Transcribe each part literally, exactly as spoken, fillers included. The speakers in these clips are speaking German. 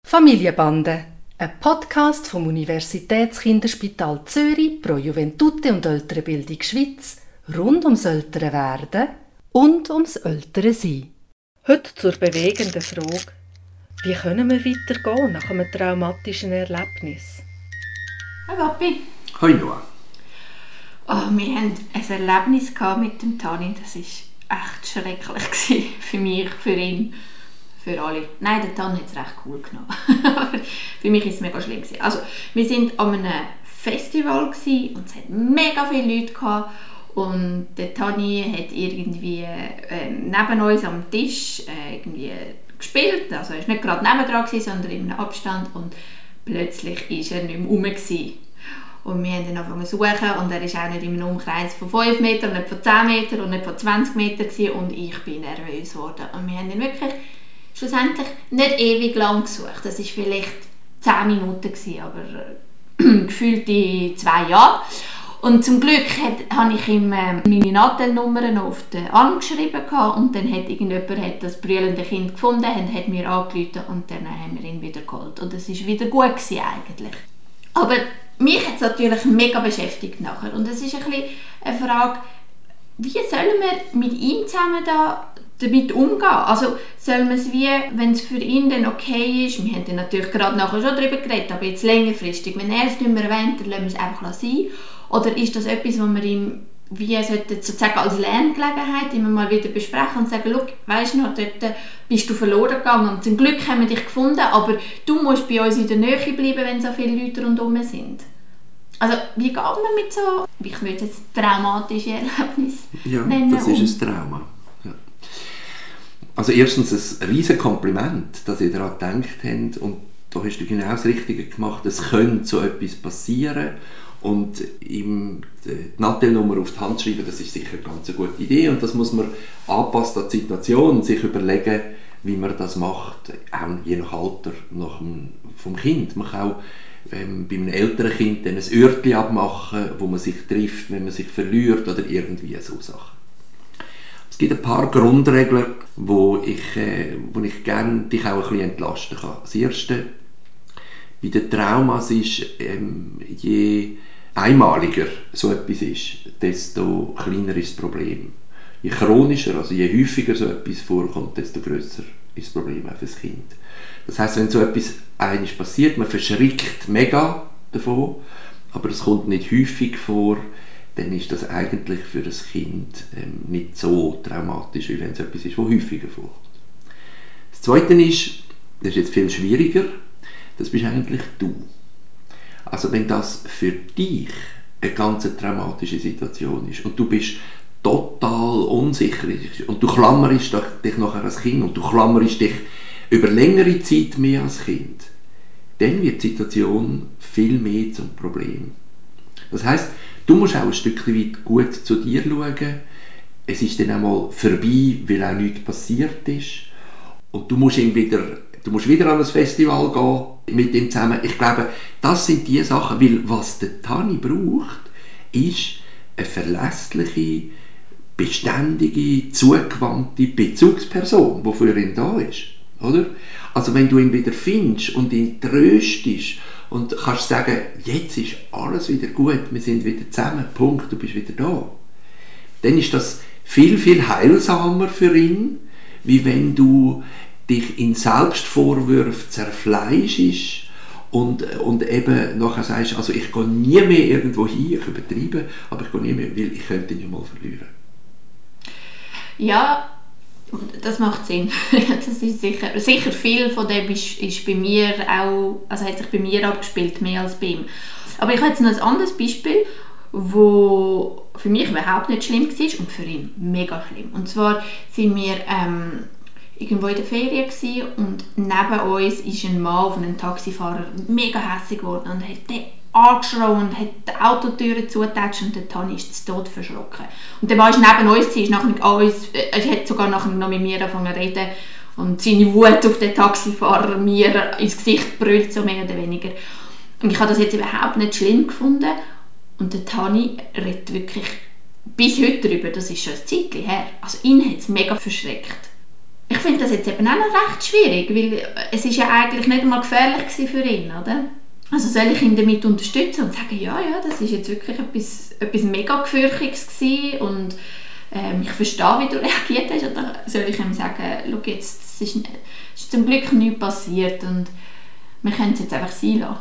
Familienbande, ein Podcast vom Universitätskinderspital Zürich pro Juventute und ältere Bildung Schweiz rund ums ältere Werden und ums ältere Sein. Heute zur bewegenden Frage: Wie können wir weitergehen nach einem traumatischen Erlebnis? Hi Papi. Hi Noah. Oh, wir hatten ein Erlebnis mit dem Tani. Das war echt schrecklich für mich, für ihn, für alle. Nein, der Tani hat es recht cool genommen. Aber für mich war es mega schlimm. Also, wir waren an einem Festival und es hat mega viele Leute gehabt. Und der Tani hat irgendwie äh, neben uns am Tisch äh, irgendwie gespielt. Also er war nicht gerade nebendran, sondern in einem Abstand. Und plötzlich war er nicht mehr rum. Und wir haben ihn angefangen zu suchen und er war auch nicht in einem Umkreis von fünf Metern, nicht von zehn Metern und nicht von zwanzig Metern gewesen. Und ich bin nervös geworden. Und wir haben ihn wirklich schlussendlich nicht ewig lang gesucht. Das war vielleicht zehn Minuten gewesen, aber äh, gefühlte zwei Jahre. Und zum Glück hat, habe ich ihm äh, meine Nadelnummern auf den Arm geschrieben und dann hat irgendjemand hat das brüllende Kind gefunden und hat mir angerufen und dann haben wir ihn wieder geholt. Und es war wieder gut gewesen, eigentlich. Aber mich hat es natürlich mega beschäftigt nachher. Und es ist ein bisschen eine Frage, wie sollen wir mit ihm zusammen da damit umgehen? Also sollen wir es wie, wenn es für ihn dann okay ist, wir haben dann natürlich gerade nachher schon darüber geredet, aber jetzt längerfristig, wenn er es nicht mehr erwähnt, dann lassen wir es einfach sein. Oder ist das etwas, was wir ihm wie sozusagen als Lerngelegenheit immer mal wieder besprechen und sagen, schau, weisst du noch, dort bist du verloren gegangen und zum Glück haben wir dich gefunden, aber du musst bei uns in der Nähe bleiben, wenn so viele Leute rundherum sind. Also wie geht man mit so, ich würde es traumatische Erlebnis ja, nennen? Das ist ein Trauma. Ja. Also erstens ein riesiges Kompliment, dass ihr daran gedacht habt und da hast du genau das Richtige gemacht, es könnte so etwas passieren. Und ihm die Nadelnummer auf die Hand schreiben, das ist sicher eine ganz gute Idee und das muss man anpassen an die Situation und sich überlegen, wie man das macht, auch je nach Alter nach dem, vom Kind. Man kann auch ähm, bei einem älteren Kind dann ein Örtchen abmachen, wo man sich trifft, wenn man sich verliert oder irgendwie so Sachen. Es gibt ein paar Grundregeln, wo ich, äh, wo ich gerne dich auch ein bisschen entlasten kann. Das erste, bei den Traumas ist, ähm, je einmaliger so etwas ist, desto kleiner ist das Problem. Je chronischer, also je häufiger so etwas vorkommt, desto grösser ist das Problem auch für das Kind. Das heisst, wenn so etwas einmal passiert, man verschrickt mega davon, aber es kommt nicht häufig vor, dann ist das eigentlich für das Kind ähm, nicht so traumatisch, wie wenn es etwas ist, das häufiger vorkommt. Das Zweite ist, das ist jetzt viel schwieriger, das bist eigentlich du. Also wenn das für dich eine ganz traumatische Situation ist und du bist total unsicher und du klammerst dich nachher als Kind und du klammerst dich über längere Zeit mehr als Kind, dann wird die Situation viel mehr zum Problem. Das heisst, du musst auch ein Stück weit gut zu dir schauen. Es ist dann einmal vorbei, weil auch nichts passiert ist. Und du musst ihn wieder Du musst wieder an ein Festival gehen mit ihm zusammen. Ich glaube, das sind die Sachen, weil was der Tani braucht, ist eine verlässliche, beständige, zugewandte Bezugsperson, die für ihn da ist. Oder? Also wenn du ihn wieder findest und ihn tröstest und kannst sagen, jetzt ist alles wieder gut, wir sind wieder zusammen, Punkt, du bist wieder da, dann ist das viel, viel heilsamer für ihn, wie wenn du dich in Selbstvorwürfen zerfleischst und, und eben nachher sagst, also ich gehe nie mehr irgendwo hin, ich übertreibe, aber ich gehe nie mehr, weil ich könnte ihn ja mal verlieren. Ja, das macht Sinn. Das ist sicher, sicher viel von dem ist, ist bei mir auch, also hat sich bei mir abgespielt, mehr als bei ihm. Aber ich habe jetzt noch ein anderes Beispiel, wo für mich überhaupt nicht schlimm war und für ihn mega schlimm. Und zwar sind wir ähm, irgendwo in der Ferien gewesen, und neben uns ist ein Mann auf einen Taxifahrer mega hässig geworden und hat den angeschrien und hat die Autotüren zugetatscht und der Tani ist zu Tod verschrocken. Und der Mann ist neben uns, ist nachher an uns, er hat sogar nachher noch mit mir angefangen zu reden und seine Wut auf den Taxifahrer mir ins Gesicht brüllt, so mehr oder weniger. Und ich habe das jetzt überhaupt nicht schlimm gefunden und der Tani redet wirklich bis heute darüber, das ist schon ein Zeitchen her. Also ihn hat es mega verschreckt. Ich ich finde das jetzt eben auch noch recht schwierig, weil es ist ja eigentlich nicht einmal gefährlich für ihn, oder? Also soll ich ihn damit unterstützen und sagen, ja, ja, das ist jetzt wirklich etwas, etwas mega Gefürchtiges gewesen und ähm, ich verstehe, wie du reagiert hast, oder soll ich ihm sagen, schau jetzt, es ist, es ist zum Glück nichts passiert und wir können es jetzt einfach sein lassen.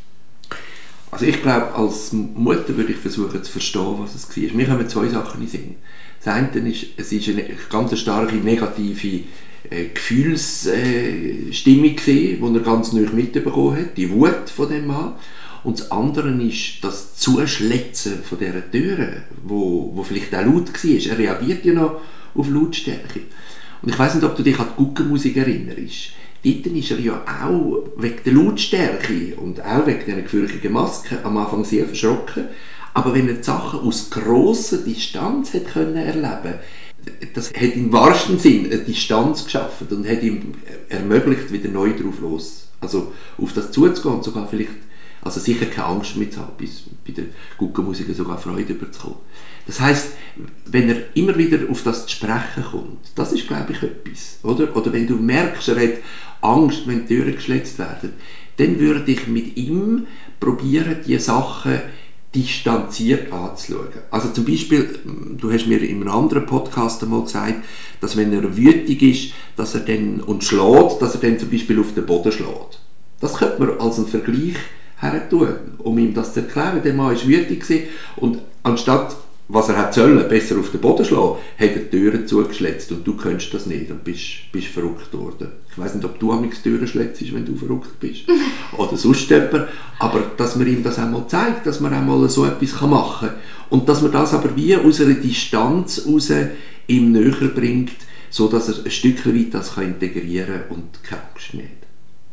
Also ich glaube, als Mutter würde ich versuchen zu verstehen, was es war. Mir kommen zwei Sachen in den Sinn. Das eine ist, es ist eine ganz starke negative äh, Gefühlsstimmung äh, die er ganz neu mitbekommen hat, die Wut von dem Mann. Und das andere ist das Zuschletzen von dieser Türe, wo, wo vielleicht auch laut war. Er reagiert ja noch auf Lautstärke. Und ich weiss nicht, ob du dich an die Guggenmusik erinnerst. Dort ist er ja auch wegen der Lautstärke und auch wegen dieser gefürchtigen Maske am Anfang sehr verschrocken. Aber wenn er die Sachen aus grosser Distanz hat können erleben, das hat im wahrsten Sinn eine Distanz geschaffen und hat ihm ermöglicht, wieder neu drauf los, also auf das zuzugehen und sogar vielleicht, also sicher keine Angst mehr zu haben, bis bei den Guggenmusikern sogar Freude überzukommen. Das heisst, wenn er immer wieder auf das zu sprechen kommt, das ist, glaube ich, etwas, oder? Oder wenn du merkst, er hat Angst, wenn die Türen geschletzt werden, dann würde ich mit ihm probieren, diese Sachen distanziert anzuschauen. Also zum Beispiel, du hast mir in einem anderen Podcast einmal gesagt, dass wenn er wütig ist, dass er dann, und schlägt, dass er dann zum Beispiel auf den Boden schlägt. Das könnte man als einen Vergleich her tun, um ihm das zu erklären. Der Mann war wütig und anstatt, was er hätte sollen, besser auf den Boden schlagen, hat er die Türen zugeschletzt und du könntest das nicht und bist, bist verrückt worden. Ich weiss nicht, ob du amigs Türen schletzt, wenn du verrückt bist. Oder sonst jemand. Aber dass man ihm das einmal zeigt, dass man einmal so etwas machen kann. Und dass man das aber wie aus einer Distanz raus ihm näher bringt, sodass er ein Stück weit das kann integrieren und keine Angst mehr hat.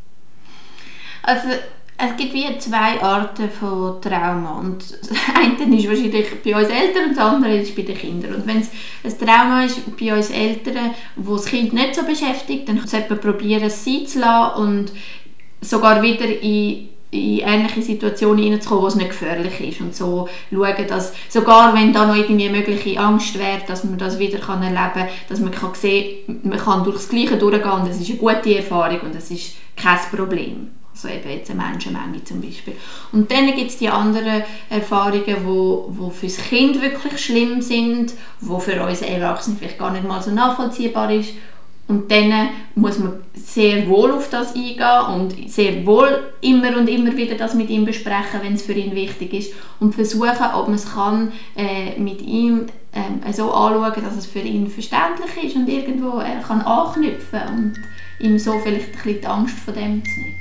Also es gibt wie zwei Arten von Trauma. Und das eine ist wahrscheinlich bei uns Eltern und das andere ist bei den Kindern. Und wenn es ein Trauma ist bei uns Eltern, wo das Kind nicht so beschäftigt, dann sollte man probieren, es sein zu lassen und sogar wieder in, in ähnliche Situationen hineinzukommen, wo es nicht gefährlich ist. Und so schauen, dass sogar wenn da noch irgendwie eine mögliche Angst wäre, dass man das wieder kann erleben kann, dass man kann sehen, man kann durch das Gleiche durchgehen und es ist eine gute Erfahrung und es ist kein Problem. Also eben jetzt eine Menschenmenge zum Beispiel. Und dann gibt es die anderen Erfahrungen, die wo, wo für das Kind wirklich schlimm sind, die für uns Erwachsene vielleicht gar nicht mal so nachvollziehbar ist. Und dann muss man sehr wohl auf das eingehen und sehr wohl immer und immer wieder das mit ihm besprechen, wenn es für ihn wichtig ist. Und versuchen, ob man es kann, äh, mit ihm äh, so anschauen, dass es für ihn verständlich ist und irgendwo er kann anknüpfen und ihm so vielleicht ein bisschen die Angst vor dem zu nehmen.